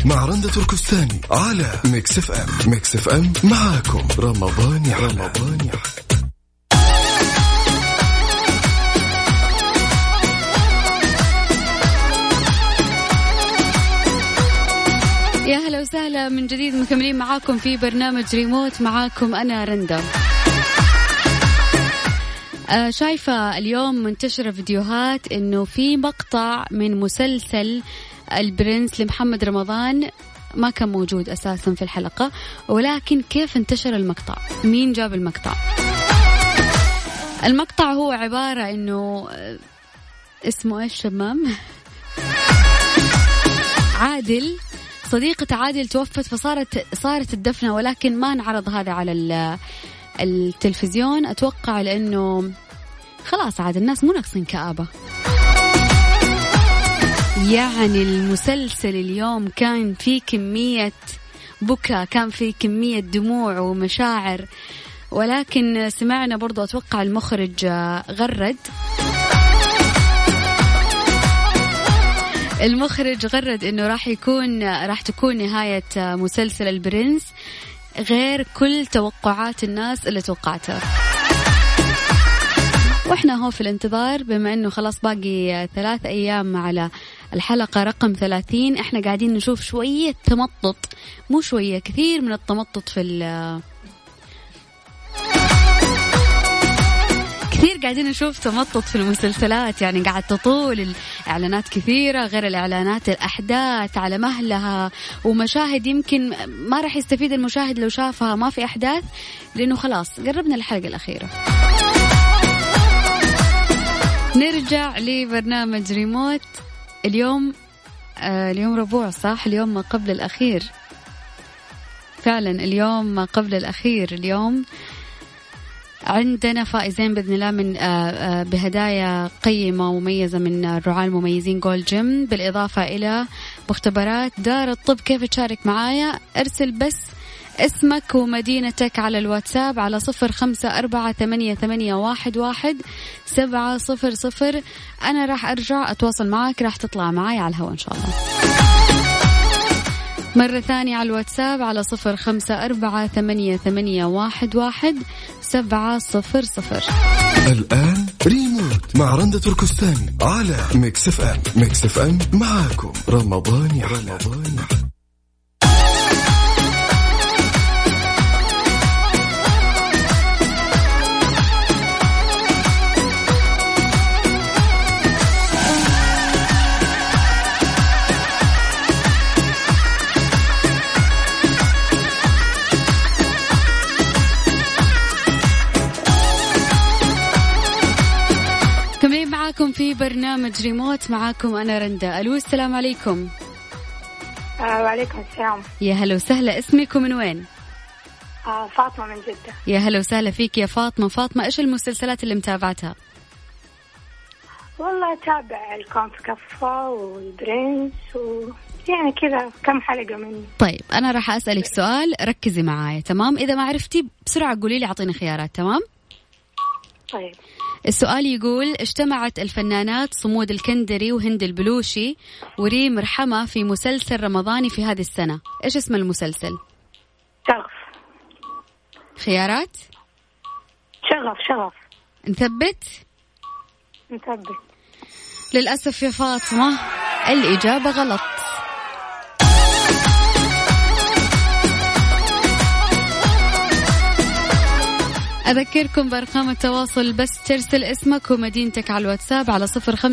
مع رندة تركستاني على ميكس اف ام. ميكس اف ام معاكم رمضان يا رمضان يا يا هلا وسهلا من جديد، مكملين معاكم في برنامج ريموت. معاكم أنا رندا. شايفة اليوم منتشرة فيديوهات إنه في مقطع من مسلسل البرنس لمحمد رمضان ما كان موجود أساسا في الحلقة، ولكن كيف انتشر المقطع؟ مين جاب المقطع؟ المقطع هو عبارة إنه اسمه إيش شمام؟ عادل، صديقة عادل توفت فصارت الدفنة، ولكن ما انعرض هذا على التلفزيون. أتوقع لأنه خلاص عاد الناس مو ناقصين كآبة. يعني المسلسل اليوم كان فيه كمية بكاء، كان فيه كمية دموع ومشاعر، ولكن سمعنا برضو أتوقع المخرج غرد إنه راح تكون نهاية مسلسل البرنس غير كل توقعات الناس اللي توقعتها. وإحنا هو في الانتظار، بما إنه خلاص باقي 3 أيام على الحلقة رقم 30. إحنا قاعدين نشوف شوية تمطط، مو شوية، كثير من التمطط كثير قاعدين نشوف تمطط في المسلسلات. يعني قاعد تطول الإعلانات كثيرة، غير الإعلانات الأحداث على مهلها، ومشاهد يمكن ما راح يستفيد المشاهد لو شافها ما في أحداث، لأنه خلاص قربنا الحلقة الأخيرة. نرجع لبرنامج ريموت. اليوم ربوع، صح؟ اليوم ما قبل الأخير، فعلا اليوم ما قبل الأخير. اليوم عندنا فائزين بإذن الله من بهدايا قيمة ومميزة من الرعاة المميزين جولد جيم، بالإضافة إلى مختبرات دار الطب. كيف تشارك معايا؟ ارسل بس اسمك ومدينتك على الواتساب على 0548811700. أنا راح أرجع أتواصل معك، راح تطلع معايا على الهواء إن شاء الله. مرة ثانية على الواتساب على 0548811700. الآن ريموت مع رندة تركستاني على ميكس اف ام. ميكس اف ام معاكم رمضان يا رمضان يا في برنامج ريموت. معاكم أنا رندا. ألو، السلام عليكم. وعليكم السلام. يا هلا وسهلا، اسمك ومن وين؟ فاطمة من جدة. يا هلا وسهلا فيك يا فاطمة. إيش المسلسلات اللي متابعتها؟ والله أتابع الكون في كفة والبرنس يعني كذا كم حلقة مني. طيب أنا راح أسألك سؤال، ركزي معايا تمام؟ إذا ما عرفتي بسرعة قولي لي، أعطيني خيارات. تمام؟ طيب. السؤال يقول: اجتمعت الفنانات صمود الكندري وهند البلوشي وريم رحمة في مسلسل رمضاني في هذه السنة، إيش اسم المسلسل؟ شغف. خيارات؟ شغف. نثبت. للأسف يا فاطمة الإجابة غلط. أذكركم بأرقام التواصل، بس ترسل اسمك ومدينتك على الواتساب على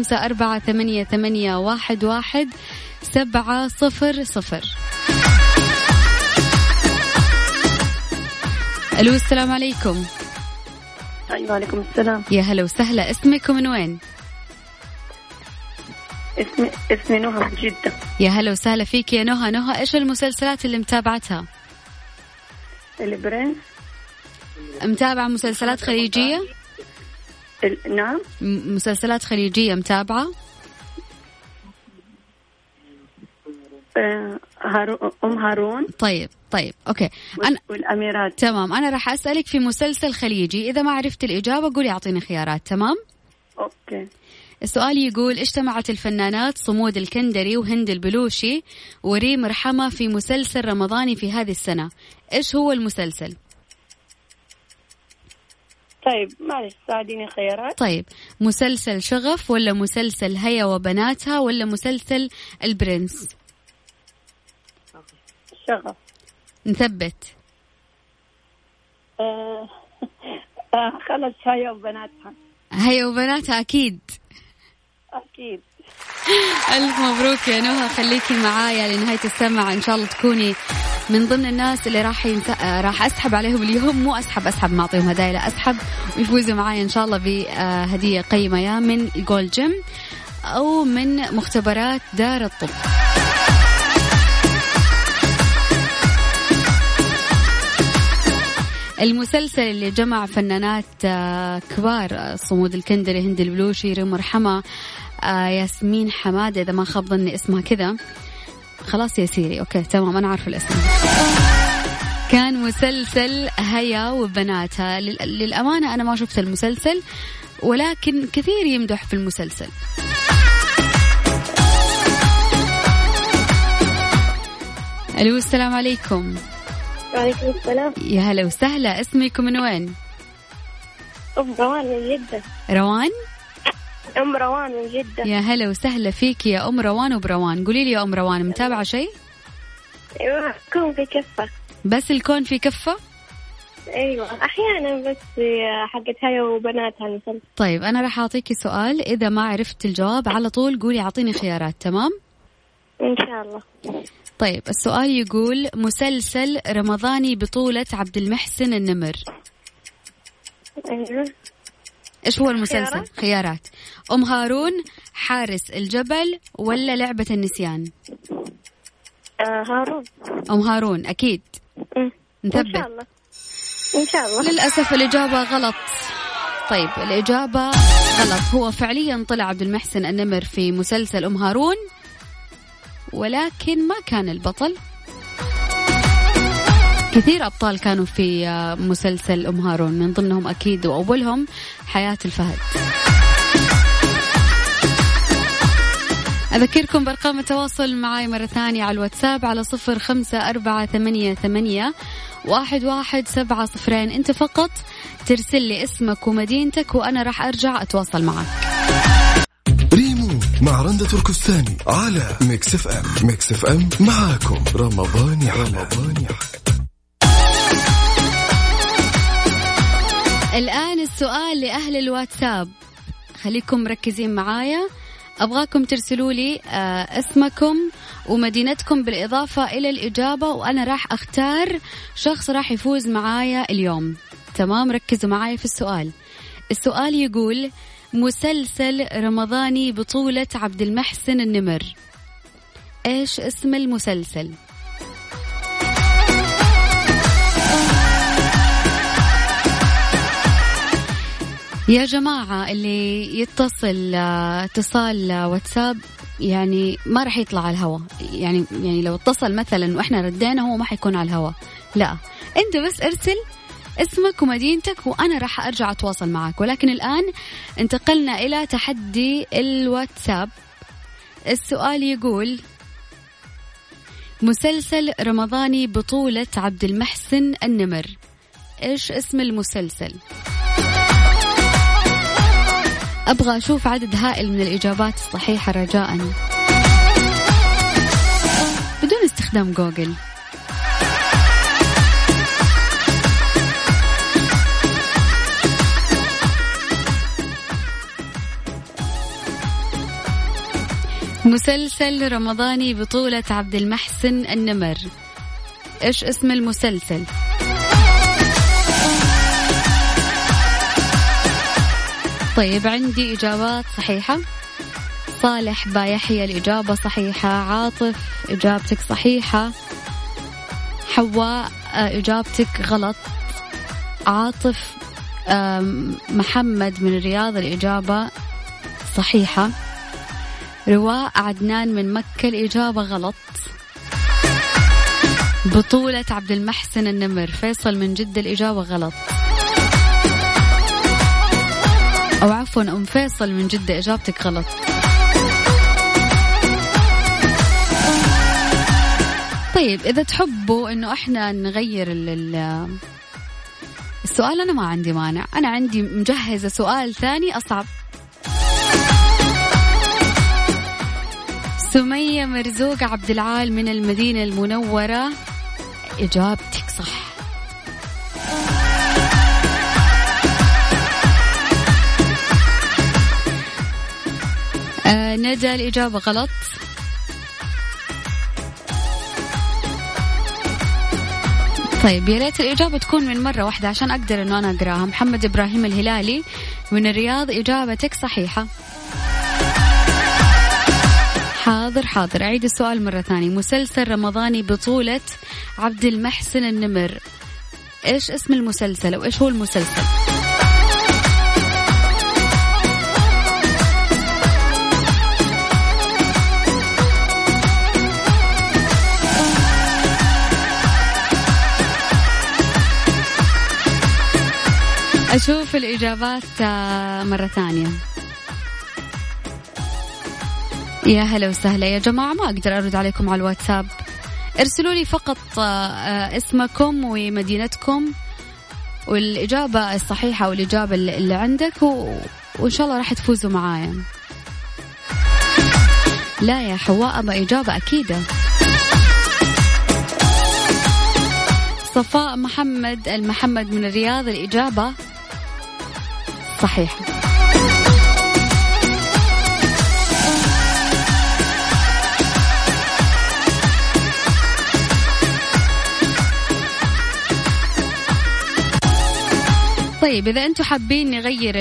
0548811700. ألو، السلام عليكم. أيوة عليكم السلام. يا هلا وسهلا، اسمك ومن وين؟ اسمي نهى من جدة. يا هلا وسهلا فيك يا نهى. إيش المسلسلات اللي متابعتها؟ البرنس. متابعة مسلسلات خليجية؟ نعم. مسلسلات خليجية متابعة؟ هارون. طيب أوكي. والأميرات. تمام، أنا راح أسألك في مسلسل خليجي، إذا ما عرفت الإجابة قولي أعطيني خيارات. تمام؟ أوكي. السؤال يقول اجتمعت الفنانات صمود الكندري وهند البلوشي وريم رحمة في مسلسل رمضاني في هذه السنة. إيش هو المسلسل؟ طيب معلش ساعديني خيارات. طيب مسلسل شغف ولا مسلسل هيا وبناتها ولا مسلسل البرنس؟ شغف. نثبت. خلص هيا وبناتها. هيا وبناتها أكيد. أكيد. ألف مبروك يا نهى، خليكي معايا لنهاية السمع إن شاء الله تكوني من ضمن الناس اللي راح أسحب عليهم اليوم. مو أسحب ما أعطيهم هدايا، لا أسحب ويفوزوا معايا إن شاء الله بهدية قيمة يا من جولد جيم أو من مختبرات دار الطب. المسلسل اللي جمع فنانات كبار، صمود الكندري، هند البلوشي، ريم رحمة، ياسمين حمادة إذا ما خاب ظني اسمها كذا. خلاص يا سيري أوكي تمام أنا عارفة الاسم. كان مسلسل هيا وبناتها. للأمانة أنا ما شفت المسلسل ولكن كثير يمدح في المسلسل. ألو السلام عليكم. وعليكم السلام. يا هلا وسهلا، اسمكم من وين؟ أم روان من جدة. روان؟ أم روان من جدة. يا هلا وسهلا فيك يا أم روان وبروان. قولي لي يا أم روان، متابعة شيء؟ أيوة الكون في كفة. بس الكون في كفة؟ أيوة أحيانا بس حقت هيا وبناتها المسلسل. طيب أنا راح أعطيكي سؤال، إذا ما عرفت الجواب على طول قولي أعطيني خيارات. تمام؟ إن شاء الله. طيب السؤال يقول مسلسل رمضاني بطولة عبد المحسن النمر. أيوة. إيش هو المسلسل؟ خيارات: أم هارون، حارس الجبل، ولا لعبة النسيان؟ هارون. أم هارون أكيد. نثبت. إن شاء الله. إن شاء الله. للأسف الإجابة غلط. طيب الإجابة غلط، هو فعليا طلع عبد المحسن النمر في مسلسل أم هارون ولكن ما كان البطل. كثير أبطال كانوا في مسلسل أم هارون، من ضمنهم أكيد وأولهم حياة الفهد. أذكركم بأرقام التواصل معي مرة ثانية على الواتساب على 0548811700. أنت فقط ترسل لي اسمك ومدينتك وأنا راح أرجع أتواصل معك. ريمو مع رندة تركستاني على ميكس اف ام. ميكس اف ام معاكم رمضان يحلى. الآن السؤال لأهل الواتساب، خليكم مركزين معايا. أبغاكم ترسلوا لي اسمكم ومدينتكم بالإضافة إلى الإجابة وأنا راح أختار شخص راح يفوز معايا اليوم. تمام؟ ركزوا معايا في السؤال. السؤال يقول مسلسل رمضاني بطولة عبد المحسن النمر، إيش اسم المسلسل؟ يا جماعة اللي يتصل اتصال واتساب يعني ما رح يطلع على الهواء، يعني لو اتصل مثلا وإحنا ردينا هو ما حيكون على الهواء، لا أنت بس ارسل اسمك ومدينتك وأنا راح أرجع أتواصل معك. ولكن الآن انتقلنا إلى تحدي الواتساب. السؤال يقول مسلسل رمضاني بطولة عبد المحسن النمر، إيش اسم المسلسل؟ أبغى أشوف عدد هائل من الإجابات الصحيحة رجاءً بدون استخدام جوجل. مسلسل رمضاني بطولة عبد المحسن النمر، إيش اسم المسلسل؟ طيب عندي إجابات صحيحة. صالح بايحيى الإجابة صحيحة، عاطف إجابتك صحيحة، حواء إجابتك غلط، عاطف محمد من الرياض الإجابة صحيحة، رواء عدنان من مكة الإجابة غلط، بطولة عبد المحسن النمر فيصل من جدة الإجابة غلط، أو عفوا عفوا أم فيصل من جدة، إجابتك غلط. طيب إذا تحبوا إنه إحنا نغير السؤال أنا ما عندي مانع، أنا عندي مجهزة سؤال ثاني أصعب. سمية مرزوق عبد العال من المدينة المنورة، إجابتك صح. ندى الإجابة غلط. طيب يا ريت الإجابة تكون من مرة واحدة عشان أقدر إنه أنا أقراها. محمد إبراهيم الهلالي من الرياض، إجابتك صحيحة. حاضر أعيد السؤال مرة ثانية. مسلسل رمضاني بطولة عبد المحسن النمر، إيش اسم المسلسل أو إيش هو المسلسل؟ أشوف الإجابات مرة ثانية. يا هلا وسهلا يا جماعة، ما أقدر أرد عليكم على الواتساب، ارسلوا لي فقط اسمكم ومدينتكم والإجابة الصحيحة والإجابة اللي عندك وإن شاء الله راح تفوزوا معايا. لا يا حواء أبا إجابة أكيدة. صفاء محمد من الرياض، الإجابة صحيحة. طيب إذا أنتم حابين نغير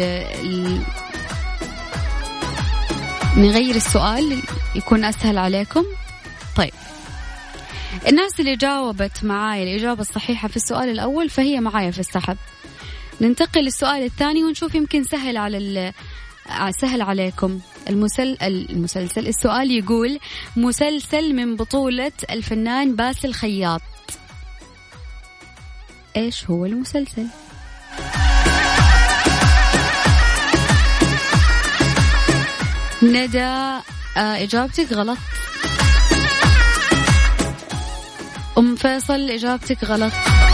نغير السؤال يكون أسهل عليكم. طيب الناس اللي جاوبت معايا الإجابة الصحيحة في السؤال الأول فهي معايا في السحب. ننتقل للسؤال الثاني ونشوف يمكن سهل عليكم. المسلسل السؤال يقول مسلسل من بطولة الفنان باسل خياط، إيش هو المسلسل؟ ندى إجابتك غلط. أم فيصل إجابتك غلط.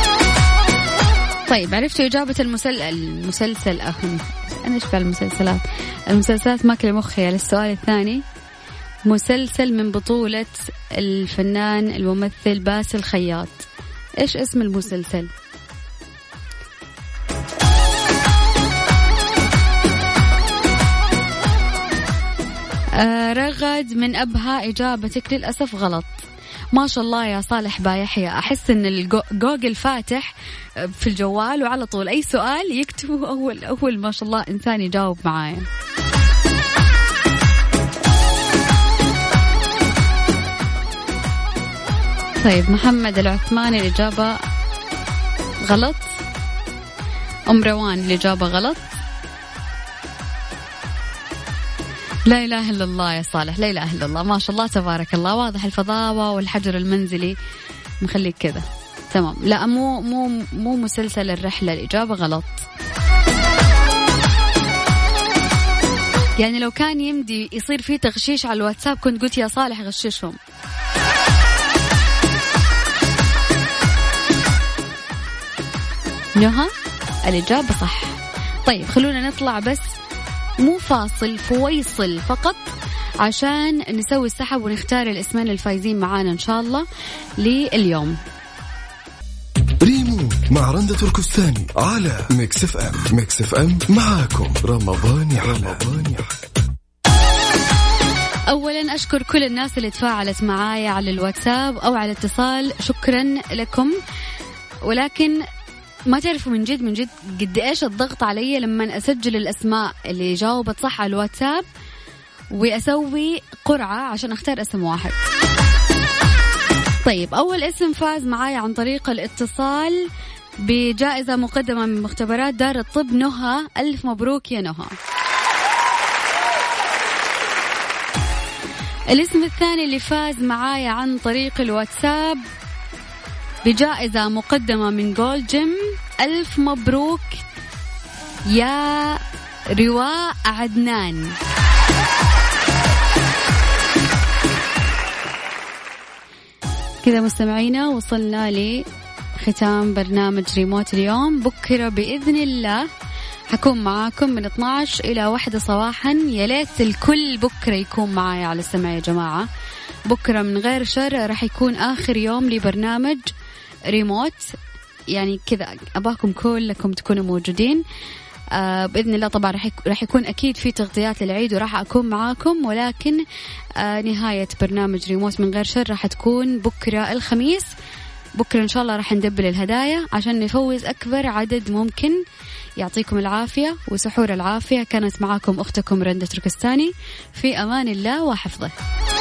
طيب عرفتوا إجابة المسلسل أنا إيش المسلسلات ماكلة مخي. على السؤال الثاني مسلسل من بطولة الفنان الممثل باسل خياط، إيش اسم المسلسل؟ رغد من أبها، إجابتك للأسف غلط. ما شاء الله يا صالح بايحيى، أحس إن الجوجل فاتح في الجوال وعلى طول أي سؤال يكتبه أول ما شاء الله إنسان يجاوب معايا. طيب محمد العثماني الإجابة غلط. أم روان الإجابة غلط. لا إله إلا الله يا صالح، لا إله إلا الله، ما شاء الله تبارك الله، واضح الفضاوة والحجر المنزلي مخليك كذا تمام. لا مو مسلسل الرحلة، الإجابة غلط. يعني لو كان يمدي يصير فيه تغشيش على الواتساب كنت قلت يا صالح غششهم. نهى الإجابة صح. طيب خلونا نطلع بس مو فاصل، فويصل فقط عشان نسوي السحب ونختار الاسمين الفايزين معانا إن شاء الله لليوم. ريمو مع رندة تركستاني على ميكس اف ام. ميكس اف ام معاكم رمضان يحلى. أولا أشكر كل الناس اللي تفاعلت معايا على الواتساب أو على الاتصال، شكرا لكم. ولكن ما تعرفوا من جد قد إيش الضغط علي لما أسجل الأسماء اللي جاوبت صح على الواتساب وأسوي قرعة عشان أختار اسم واحد. طيب أول اسم فاز معايا عن طريق الاتصال بجائزة مقدمة من مختبرات دار الطب نهى، ألف مبروك يا نهى. الاسم الثاني اللي فاز معايا عن طريق الواتساب بجائزة مقدمة من جولد جيم، ألف مبروك يا رواء عدنان. كذا مستمعينا وصلنا لختام برنامج ريموت اليوم. بكرة بإذن الله حكون معاكم من 12 إلى 1 صباحا. يا ليت الكل بكرة يكون معايا على السمع يا جماعة. بكرة من غير شر راح يكون آخر يوم لبرنامج ريموت، يعني كذا أباكم كلكم تكونوا موجودين بإذن الله. طبعا راح يكون أكيد في تغطيات للعيد وراح أكون معاكم، ولكن نهاية برنامج ريموت من غير شر راح تكون بكرة الخميس. بكرة إن شاء الله راح ندبل الهدايا عشان نفوز أكبر عدد ممكن. يعطيكم العافية وسحور العافية. كانت معاكم أختكم رندة تركستاني، في أمان الله وحفظه.